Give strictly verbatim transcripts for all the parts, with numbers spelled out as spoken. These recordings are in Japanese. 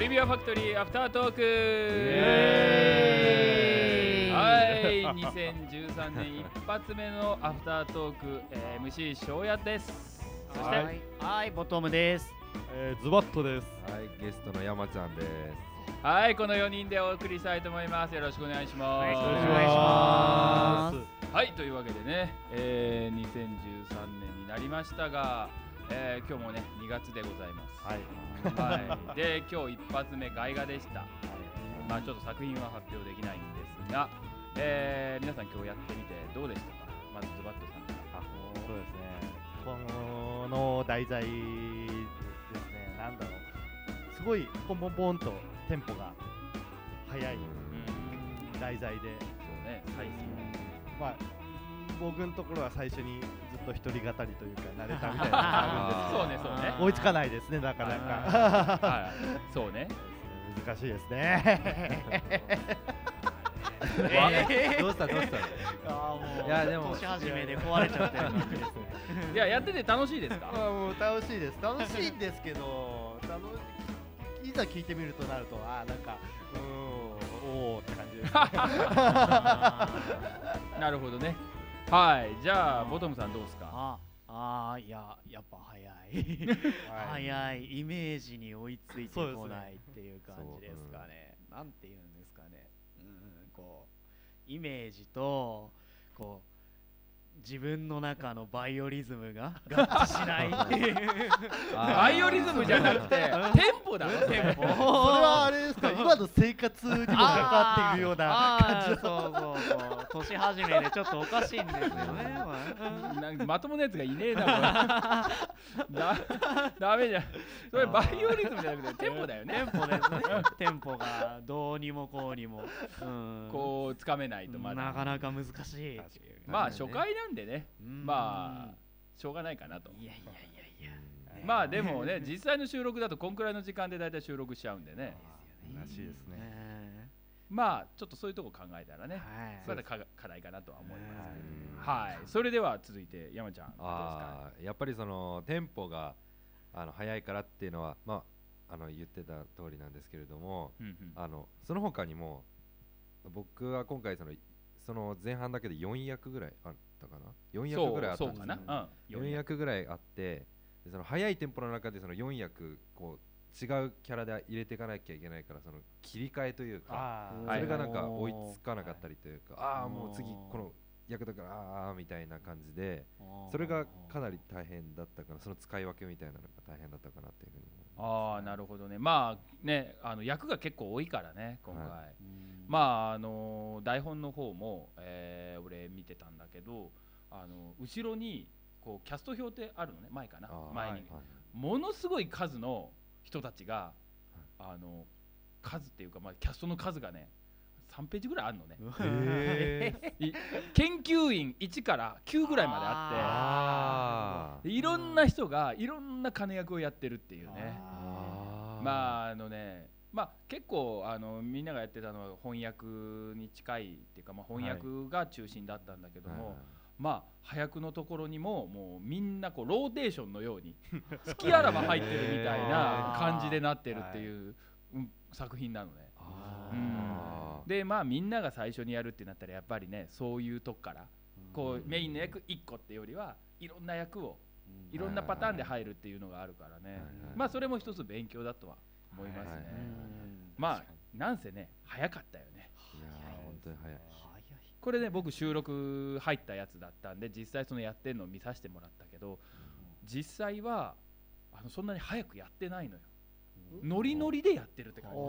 ビュアファクトリーアフタートーク。はい、にせんじゅうさんねん一発目のアフタートーク、えー、エムシー 翔也です。そしてはい、はい、ボトムです、 えー、ズバットです。 はい、ゲストの山ちゃんです。 はい、このよにんでお送りしたいと思います。よろしくお願いします。 はい、お願いします。 はい、というわけでね、えー、にせんじゅうさんねんになりましたが、えー、今日もねにがつでございます。 はい。 はい、で今日一発目外画でした。はい、まあちょっと作品は発表できないんですが、えー、皆さん今日やってみてどうでしたか。まずズバットさんから。 あ、そうですね。この題材ですね。なんだろう。すごいポンポンポンとテンポが速い題材で。そうね。はい。 まあ僕のところは最初にずっと一人語りというか慣れたみたいなのがあるんですけど。 そうね、そうね。 追いつかないですね、なかなか。 はい。そうね。 難しいですね。 えー、どうしたどうしたあーもういやでも年始めで壊れちゃってる感じですね。 いや、やってて楽しいですか。 まあもう楽しいです。楽しいんですけど、楽いざ聞いてみるとなると、あーなんかうーんおーって感じです、ね。 なるほどね。はい、じゃあボトムさんどうですか。 ああー、いややっぱ早い。早い、イメージに追いついてこないっていう感じですかね。なんていうんですかね。うん、こうイメージとこう自分の中のバイオリズムが合致しないっていう。 バイオリズムじゃなくてテンポだろ。テンポ。それはあれですか。今の生活にも関わっているような感じ。 そうそうそう。年始めでちょっとおかしいんですよね。 なんかまともなやつがいねえな。だダメじゃん。それバイオリズムじゃなくてテンポだよね。 テンポですね。テンポがどうにもこうにもこうつかめないとまだなかなか難しい。 まあ初回なんでね、まあしょうがないかなと。 いやいやいやいや。まあでもね、実際の収録だとこんくらいの時間でだいたい収録しちゃうんでね。 らしいですね。 まあちょっとそういうとこ考えたらね、まだ課題かなとは思います。はい。それでは続いて山ちゃんどうですか。 ああ、やっぱりそのテンポがあの速いからっていうのはまああの言ってた通りなんですけれども、あのその他にも僕は今回そのその前半だけでよんやくぐらいあったかな。よんやくぐらいあったんですよ。よんやくぐらいあって、その速いテンポの中でそのよんやくこう違うキャラで入れていかなきゃいけないから、その切り替えというか、それがなんか追いつかなかったりというか、ああもう次この役だからああみたいな感じで、それがかなり大変だったから、その使い分けみたいなのが大変だったかなっていうふうに思います。 ああ、なるほどね。まあね、あの役が結構多いからね今回。はい、まああの台本の方も、えー、俺見てたんだけど、あの後ろにこうキャスト表ってあるのね、前かな、前に、はいはい、ものすごい数の人たちが、あの数っていうか、まあ、キャストの数がねさんページぐらいあるのね。研究員いちからきゅうぐらいまであって、いろんな人がいろんな金役をやってるっていうね。あまああのね、まあ結構あのみんながやってたのは翻訳に近いっていうか、まあ、翻訳が中心だったんだけども、はい、まあ早くのところにももうみんなこうローテーションのように好きあらば入ってるみたいな感じでなってるっていう、うん、作品なのね。うん、でまあみんなが最初にやるってなったらやっぱりね、そういうとこからこうメインの役いっこってよりはいろんな役をいろんなパターンで入るっていうのがあるからね、まあそれも一つ勉強だとは思いますね。まあなんせね早かったよね。 いや本当に早い。 これね僕収録入ったやつだったんで実際そのやってんのを見させてもらったけど、実際はあのそんなに早くやってないのよ。ノリノリでやってるって感じ。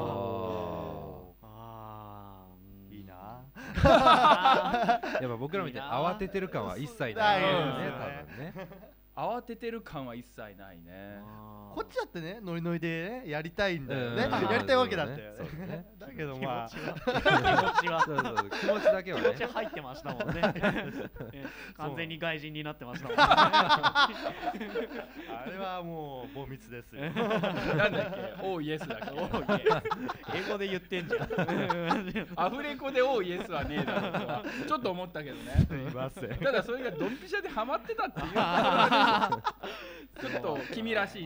ああ、いいな。 やっぱ僕らみたいに慌ててる感は一切ないよね、多分ね。 慌ててる感は一切ないね。 こっちだってね、ノリノリでねやりたいんだよね。やりたいわけだったよね。だけどまあ気持ちは気持ちだけはね。 気持ち入ってましたもんね。完全に外人になってましたもんね。あれはもう凡ミスですよ。 なんだっけ、オーイエスだっけ。 英語で言ってんじゃん。 アフレコでオーイエスはねえだろうとはちょっと思ったけどね。 すいません。 ただそれがドンピシャでハマってたっていうちょっと君らしいなと。 いやいや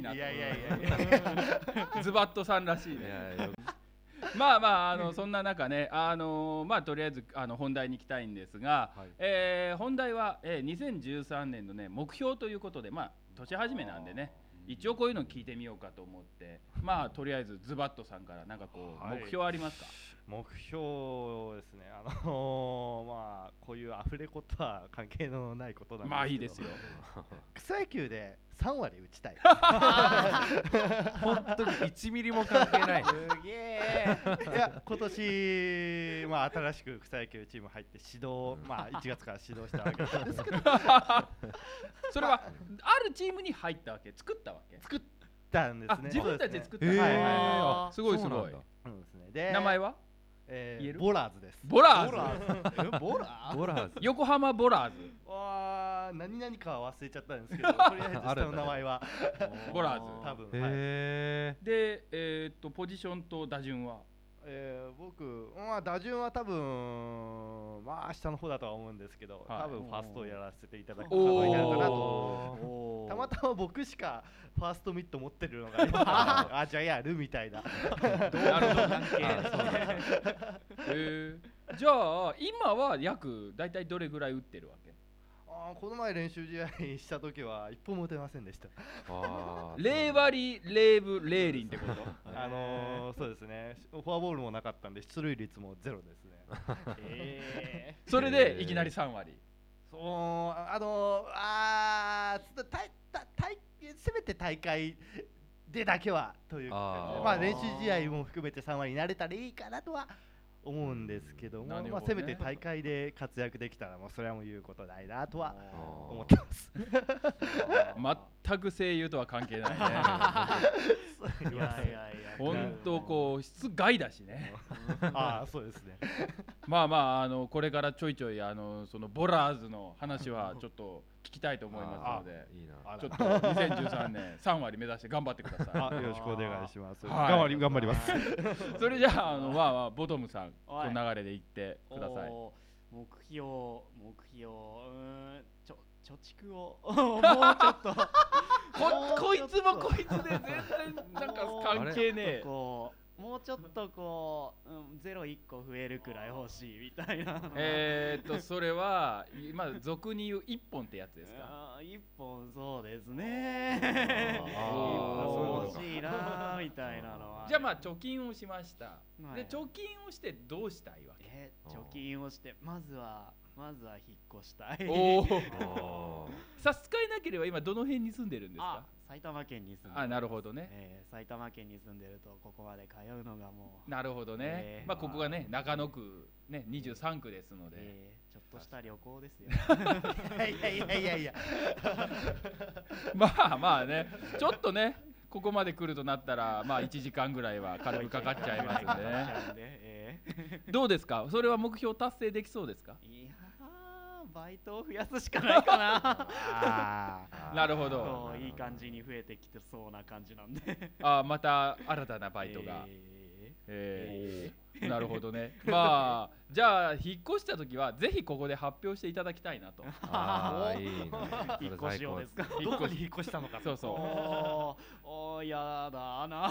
やいやズバッとさんらしいね。まあまあ、あのそんな中ね、あのまあとりあえずあの本題に行きたいんですが、はい、えー、本題は、えー、にせんじゅうさんねんのね目標ということで、まあ年始めなんでね、一応こういうの聞いてみようかと思って、まあとりあえずズバッとさんからなんかこう、はい、目標ありますか？ 目標ですね、あのー、まあこういうアフレコとは関係のないことなんですけど、 まあいいですよ。 草野球でさんわり打ちたい。 本当にいちミリも関係ない。 すげえ。 いや今年まあ新しく草野球チーム入って指導、まあいちがつから指導したわけなんですけど、 それはあるチームに入ったわけ、作ったわけ？ 作ったんですね。 自分たちで作った。 はいはいはい。すごいすごい。 で名前は？ えー、ボラーズです。 ボラーズ。 ボラーズ。 ボラーズ。 横浜ボラーズ。 わあ、何々かは忘れちゃったんですけど、とりあえず下の名前はボラーズ。 多分。 へー。で、えっとポジションと打順は？ えー、僕、まあ打順は多分まあ下の方だとは思うんですけど、多分ファーストをやらせていただくことになるかなと。たまたま僕しかファーストミット持ってるのがああじゃあやるみたいな。 なるほど関係。えー、じゃあ今は約だいたいどれぐらい打ってるわけ？ あこの前練習試合した時は一本も打てませんでした。 零割零分零厘ってこと？ あのー、そうですね。フォアボールもなかったんで出塁率もゼロですね。 えー、それでいきなりさんわり。 そうあのー、あーたたたせめて大会でだけはというか、まあ練習試合も含めてさんわりになれたらいいかなとは思うんですけども、ね、まあせめて大会で活躍できたらもうそれはもう言うことないなとは思ってます。 全く声優とは関係ないね。 いやいやいや、 本当こう室外だしね。 ああそうですね。 まあまああのこれからちょいちょいあのそのボラーズの話はちょっと聞きたいと思いますので、 いいな、 ちょっとにせんじゅうさんねんさんわり目指して頑張ってください。 あよろしくお願いします。 はい、 頑張り頑張ります。 それじゃああのまあまあボトムさんこの流れで言ってください。 目標目標うーんちょ貯蓄をもうちょっとこ, こいつもこいつで全然なんか関係ねえ。 もうちょっとこう、うん、ゼロいっこ増えるくらい欲しいみたいな。 えーっとそれは今俗に言ういっぽんってやつですか？ いっぽんそうですね。いっぽん欲しいなみたいなのは。 じゃあまあ貯金をしました。はい、で貯金をしてどうしたいわけ？ えー、貯金をしてまずはまずは引っ越したい。 おお。差し支えなければ今どの辺に住んでるんですか？ 埼玉県に住んでる。 あ、なるほどね、 えー。埼玉県に住んでるとここまで通うのがもう。 なるほどね。えー、まあここがね中野区ねにじゅうさんくですので、 えー、ちょっとした旅行ですよ。 いやいやいやいやいや。 まあまあねちょっとねここまで来るとなったらまあいちじかんぐらいは軽くかかっちゃいますんでね。どうですか？それは目標達成できそうですか？ いやバイトを増やすしかないかな。 あなるほど。 いい感じに増えてきてそうな感じなんで。 あまた新たなバイトが。えーえー、なるほどね。まあじゃあ引っ越した時はぜひここで発表していただきたいなと。 あいいね。 引っ越しをですか？ どこに引っ越したのか。 そうそう。 おおやだな。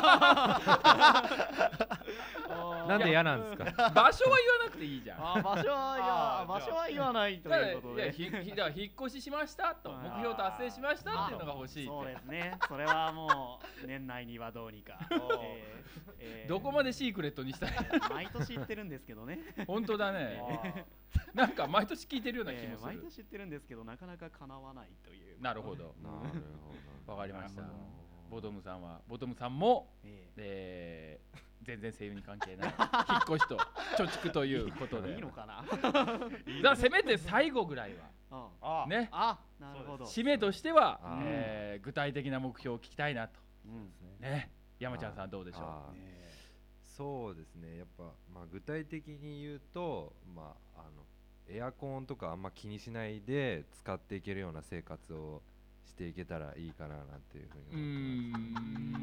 なんで嫌なんですか？ 場所は言わなくていいじゃん。 あ場所はいや場所は言わないということで。 いやひひだから引っ越ししましたと目標達成しましたっていうのが欲しい。 そうですね。それはもう年内にはどうにか。 えーえー、どこまでシークレットにしたい？ 毎年言ってるんですけどね。 本当だね。なんか毎年聞いてるような気もする。 毎年言ってるんですけどなかなか叶わないという。 なるほど。わかりました。ボトムさんはボトムさんも、えーえー、全然声優に関係ない引っ越しと貯蓄ということでいいのかな。 だせめて最後ぐらいはあねあなるほど締めとしては、えー、具体的な目標を聞きたいなと、うん、ね山ちゃんさんどうでしょう？ ね、そうですねやっぱ、まあ、具体的に言うと、まあ、あのエアコンとかあんま気にしないで使っていけるような生活をしていけたらいいかななんていうふうに思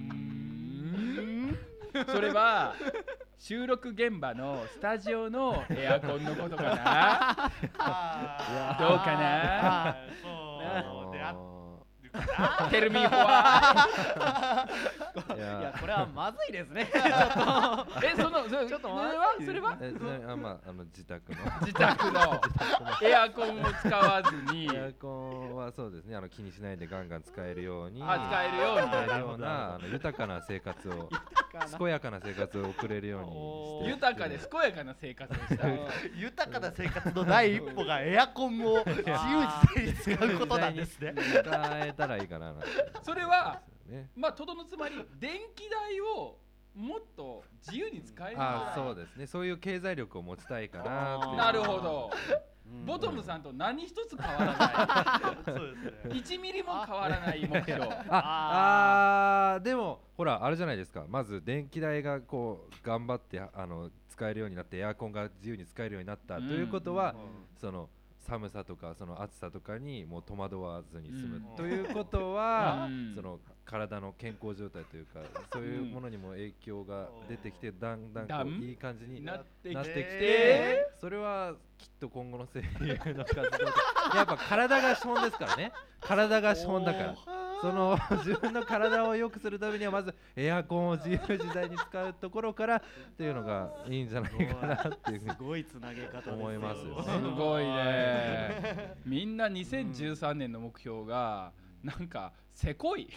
ってます。 それは収録現場のスタジオのエアコンのことかな？どうかな？ そうであるかな。 テルミーホワいやこれはまずいですね。 えそのそれちょっとそれはそれはえあまああの自宅の自宅のエアコンを使わずにエアコンはそうですね、あの気にしないでガンガン使えるようにあ使えるように使えるようなあの豊かな生活を健やかな生活を送れるようにして豊かで健やかな生活をしたい豊かな生活の第一歩がエアコンを自由自在に使うことなんですね。 使えたらいいかななんてそれはね、 まあとどのつまり電気代をもっと自由に使えるようあそうですね、そういう経済力を持ちたいかなっていう。 なるほど。ボトムさんと何一つ変わらないそうですね、いちミリも変わらない目標。 ああでもほらあれじゃないですか、まず電気代がこう頑張ってあの使えるようになってエアコンが自由に使えるようになった、うん、ということは、うん、その寒さとかその暑さとかにもう戸惑わずに済む、うん、ということは、うん、その体の健康状態というかそういうものにも影響が出てきて、だんだんこういい感じになってきて、それはきっと今後の声優の活動でやっぱ体が資本ですからね、体が資本だからその自分の体を良くするためにはまずエアコンを自由自在に使うところからっていうのがいいんじゃないかなっていうふうにすごいつなげ方思いますよね。 すごいね。みんなにせんじゅうさんねんの目標がなんかせこい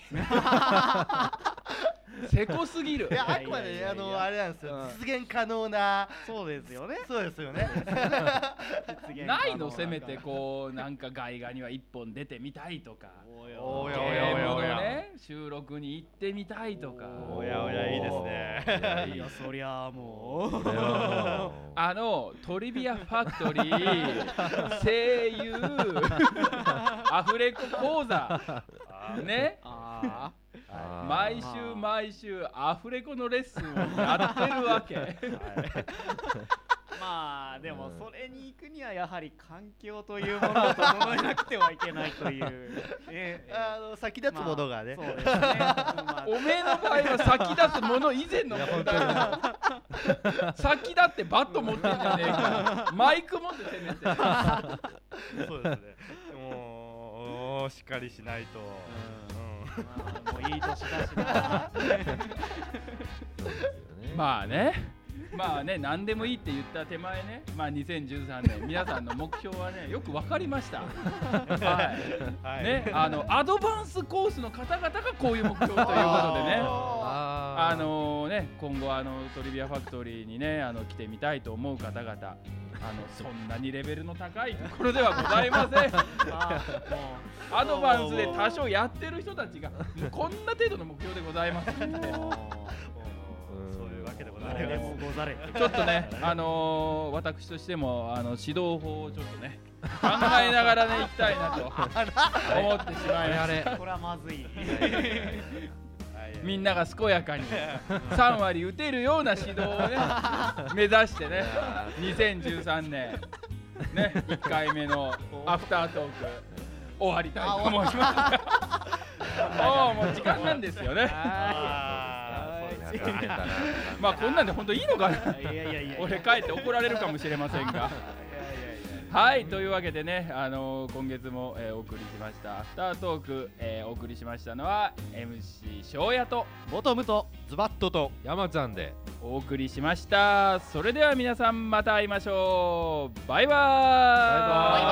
せこすぎる。 いやあくまでねあのあれなんですよ、実現可能な。 そうですよね。 そうですよね。 ないのせめてこうなんか外画にはいっぽん出てみたいとか、 おやおやおやおやね収録に行ってみたいとか。 おやおやいいですね。 いやそりゃもうあのトリビアファクトリー声優アフレコ講座ね。あ毎週毎週アフレコのレッスンをやってるわけ、はい、 まあでもそれに行くにはやはり環境というものを整えなくてはいけないという、 ね、あの先立つものがね、 まあ、そうですねまあ、 おめえの場合は先立つもの以前の問題だ先立ってバット持ってんじゃねえかマイク持ってせめてそうですねもうしっかりしないと、 うんまあ、もういい年だしなまあねまあね何でもいいって言った手前ね、まあにせんじゅうさんねん皆さんの目標はねよく分かりましたはいはいね、あのアドバンスコースの方々がこういう目標ということでねああのね今後あのトリビアファクトリーにねあの来てみたいと思う方々あのそんなにレベルの高いところではございませんあアドバンスで多少やってる人たちがこんな程度の目標でございますので誰でもござれちょっとね、あのー、私としてもあの指導法をちょっとね考えながらね行きたいなと思ってしまいました。 これはまずいみんなが健やかにさんわり打てるような指導をね目指してねにせんじゅうさんねんねいっかいめのアフタートーク終わりたいと思いますもうもう時間なんですよねまあこんなんで本当いいのかな俺帰って怒られるかもしれませんがはいというわけでね、あのー、今月も、えー、お送りしましたアフタートーク、えー、お送りしましたのは エムシー 翔也とボトムとズバットと山ちゃんでお送りしました。それでは皆さんまた会いましょう。バイバーイ。バイバーイ。